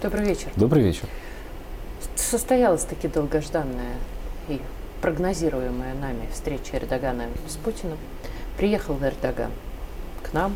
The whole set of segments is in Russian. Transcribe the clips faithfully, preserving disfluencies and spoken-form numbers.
Добрый вечер. Добрый вечер. Состоялась таки долгожданная и прогнозируемая нами встреча Эрдогана с Путиным. Приехал Эрдоган к нам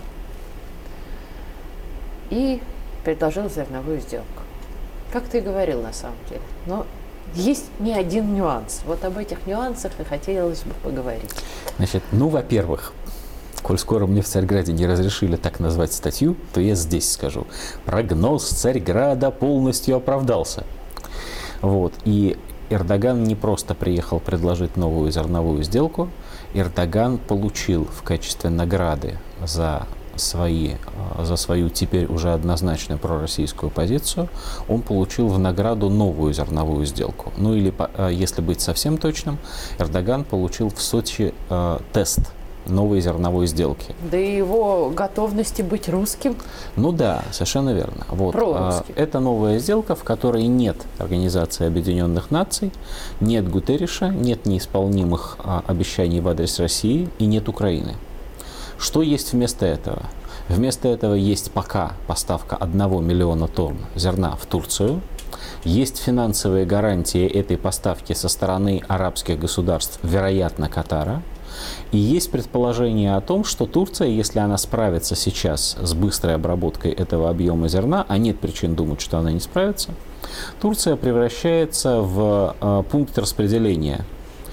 и предложил зерновую сделку. Как ты и говорил на самом деле. Но есть не один нюанс. Вот об этих нюансах и хотелось бы поговорить. Значит, ну, во-первых, коль скоро мне в Царьграде не разрешили так назвать статью, то я здесь скажу. Прогноз Царьграда полностью оправдался. Вот. И Эрдоган не просто приехал предложить новую зерновую сделку. Эрдоган получил в качестве награды за, свои, за свою теперь уже однозначную пророссийскую позицию, он получил в награду новую зерновую сделку. Ну или, если быть совсем точным, Эрдоган получил в Сочи э, тест новой зерновой сделки. Да и его готовности быть русским. Ну да, совершенно верно. Вот. Прорусским. Это новая сделка, в которой нет Организации Объединенных Наций, нет Гутерриша, нет неисполнимых а, обещаний в адрес России и нет Украины. Что есть вместо этого? Вместо этого есть пока поставка одного миллиона тонн зерна в Турцию. Есть финансовые гарантии этой поставки со стороны арабских государств, вероятно, Катара. И есть предположение о том, что Турция, если она справится сейчас с быстрой обработкой этого объема зерна, а нет причин думать, что она не справится, Турция превращается в э, пункт распределения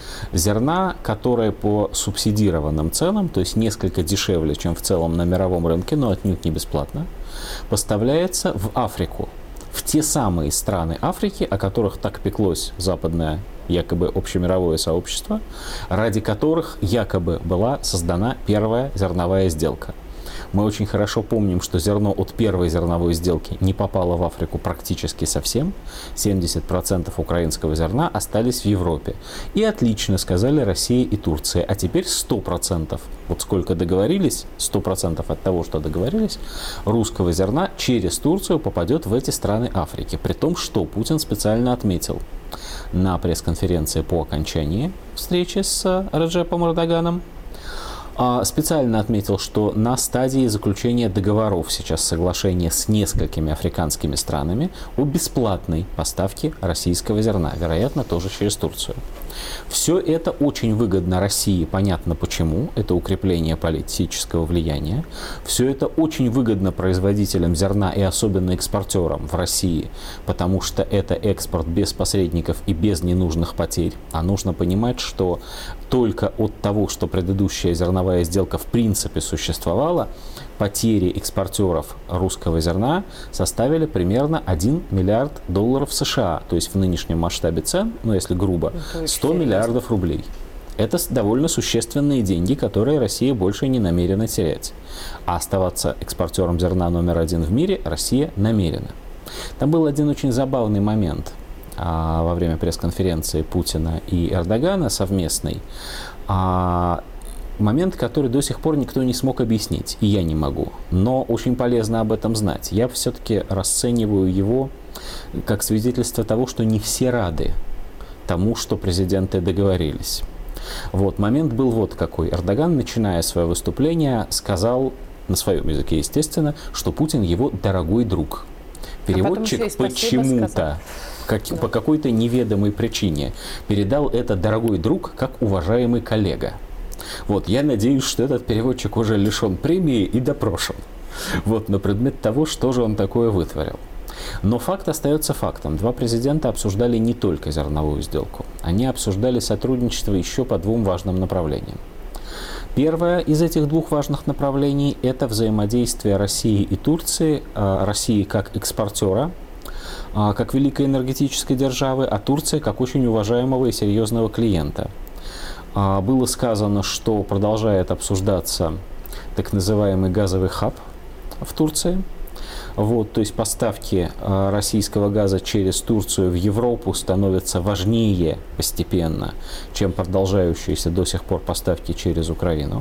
зерна, которое по субсидированным ценам, то есть несколько дешевле, чем в целом на мировом рынке, но отнюдь не бесплатно, поставляется в Африку, в те самые страны Африки, о которых так пеклось западное якобы общемировое сообщество, ради которых якобы была создана первая зерновая сделка. Мы очень хорошо помним, что зерно от первой зерновой сделки не попало в Африку практически совсем. семьдесят процентов украинского зерна остались в Европе. И отлично сказали Россия и Турция. А теперь сто процентов, вот сколько договорились, сто процентов от того, что договорились, русского зерна через Турцию попадет в эти страны Африки. При том, что Путин специально отметил на пресс-конференции по окончании встречи с Реджепом Эрдоганом, специально отметил, что на стадии заключения договоров сейчас соглашение с несколькими африканскими странами о бесплатной поставке российского зерна, вероятно, тоже через Турцию. Все это очень выгодно России, понятно почему, это укрепление политического влияния. Все это очень выгодно производителям зерна и особенно экспортерам в России, потому что это экспорт без посредников и без ненужных потерь. А нужно понимать, что только от того, что предыдущая зерновая сделка в принципе существовала, потери экспортеров русского зерна составили примерно один миллиард долларов США, то есть в нынешнем масштабе цен, ну если грубо, сто миллиардов рублей. Это довольно существенные деньги, которые Россия больше не намерена терять. А оставаться экспортером зерна номер один в мире Россия намерена. Там был один очень забавный момент а, во время пресс-конференции Путина и Эрдогана совместной. А, Момент, который до сих пор никто не смог объяснить, и я не могу. Но очень полезно об этом знать. Я все-таки расцениваю его как свидетельство того, что не все рады тому, что президенты договорились. Вот, момент был вот какой. Эрдоган, начиная свое выступление, сказал, на своем языке, естественно, что Путин его дорогой друг. Переводчик а почему-то, как, да. по какой-то неведомой причине, передал это «дорогой друг» как «уважаемый коллега». Вот, я надеюсь, что этот переводчик уже лишен премии и допрошен. Вот, на предмет того, что же он такое вытворил. Но факт остается фактом. Два президента обсуждали не только зерновую сделку. Они обсуждали сотрудничество еще по двум важным направлениям. Первое из этих двух важных направлений – это взаимодействие России и Турции. России как экспортера, как великой энергетической державы, а Турции как очень уважаемого и серьезного клиента. Было сказано, что продолжает обсуждаться так называемый газовый хаб в Турции. Вот, то есть поставки российского газа через Турцию в Европу становятся важнее постепенно, чем продолжающиеся до сих пор поставки через Украину.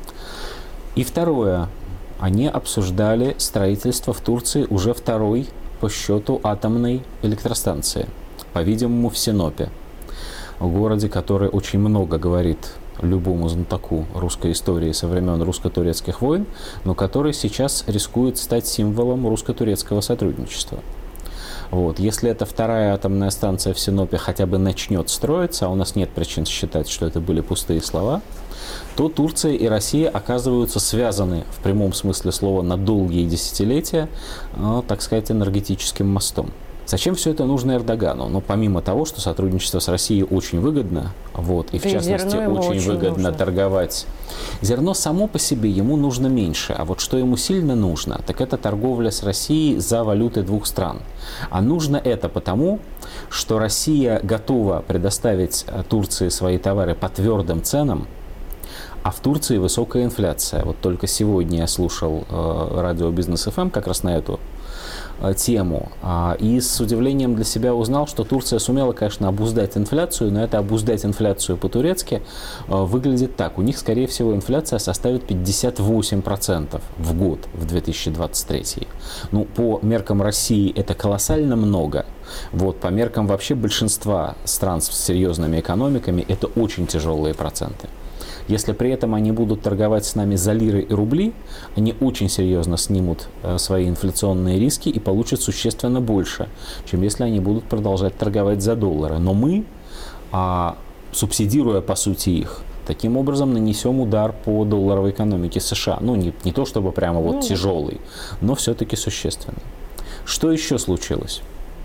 И второе, они обсуждали строительство в Турции уже второй по счету атомной электростанции, по-видимому, в Синопе. В городе, который очень много говорит любому знатоку русской истории со времен русско-турецких войн, но который сейчас рискует стать символом русско-турецкого сотрудничества. Вот. Если эта вторая атомная станция в Синопе хотя бы начнет строиться, а у нас нет причин считать, что это были пустые слова, то Турция и Россия оказываются связаны в прямом смысле слова на долгие десятилетия, так сказать, энергетическим мостом. Зачем все это нужно Эрдогану? Ну, помимо того, что сотрудничество с Россией очень выгодно, вот, и в да частности и очень, очень выгодно нужно. торговать. Зерно само по себе ему нужно меньше, а вот что ему сильно нужно, так это торговля с Россией за валюты двух стран. А нужно это потому, что Россия готова предоставить Турции свои товары по твердым ценам, а в Турции высокая инфляция. Вот только сегодня я слушал э, радио Бизнес эф эм как раз на эту э, тему. А, и с удивлением для себя узнал, что Турция сумела, конечно, обуздать инфляцию, но это обуздать инфляцию по-турецки э, выглядит так. У них, скорее всего, инфляция составит пятьдесят восемь процентов в год в две тысячи двадцать третьем. Ну, по меркам России это колоссально много. Вот, по меркам вообще большинства стран с серьезными экономиками это очень тяжелые проценты. Если при этом они будут торговать с нами за лиры и рубли, они очень серьезно снимут э, свои инфляционные риски и получат существенно больше, чем если они будут продолжать торговать за доллары. Но мы, а, субсидируя по сути их, таким образом нанесем удар по долларовой экономике США. Ну, не, не то чтобы прямо вот ну, тяжелый, но все-таки существенный. Что еще случилось?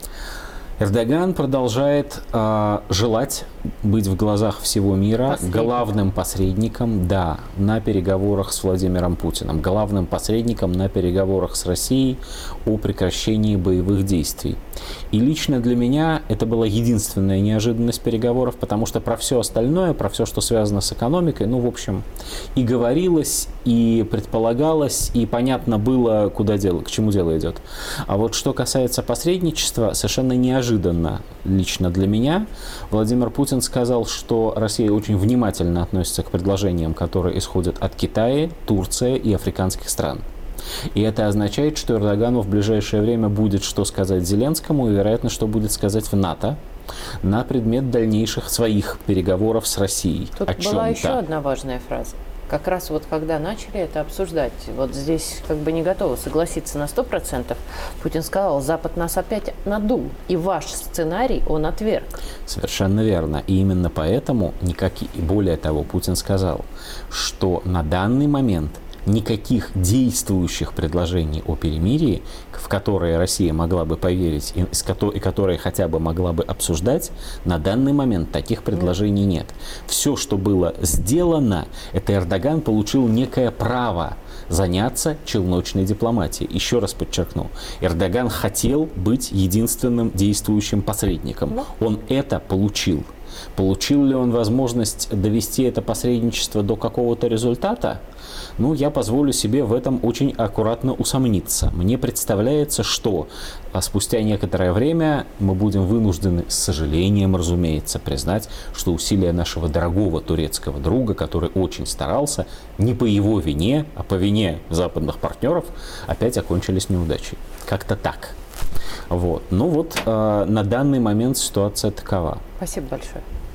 Эрдоган продолжает э, желать быть в глазах всего мира Посредник. главным посредником, да, на переговорах с Владимиром Путиным, главным посредником на переговорах с Россией о прекращении боевых действий. И лично для меня это была единственная неожиданность переговоров, потому что про все остальное, про все, что связано с экономикой, ну, в общем, и говорилось, и предполагалось, и понятно было, куда дело, к чему дело идет. А вот что касается посредничества, совершенно неожиданно лично для меня Владимир Путин сказал, что Россия очень внимательно относится к предложениям, которые исходят от Китая, Турции и африканских стран. И это означает, что Эрдогану в ближайшее время будет что сказать Зеленскому и, вероятно, что будет сказать в НАТО на предмет дальнейших своих переговоров с Россией. Тут о была еще чем-то. одна важная фраза. Как раз вот когда начали это обсуждать, вот здесь как бы не готовы согласиться на сто процентов, Путин сказал, Запад нас опять надул, и ваш сценарий он отверг. Совершенно верно. И именно поэтому, никакие, более того, Путин сказал, что на данный момент никаких действующих предложений о перемирии, в которые Россия могла бы поверить и, и которые хотя бы могла бы обсуждать, на данный момент таких предложений нет. Все, что было сделано, это Эрдоган получил некое право заняться челночной дипломатией. Еще раз подчеркну, Эрдоган хотел быть единственным действующим посредником. Он это получил. Получил ли он возможность довести это посредничество до какого-то результата? Ну, я позволю себе в этом очень аккуратно усомниться. Мне представляется, что спустя некоторое время мы будем вынуждены, с сожалением, разумеется, признать, что усилия нашего дорогого турецкого друга, который очень старался, не по его вине, а по вине западных партнеров, опять окончились неудачей. Как-то так. Вот. Ну вот, э, на данный момент ситуация такова. Спасибо большое.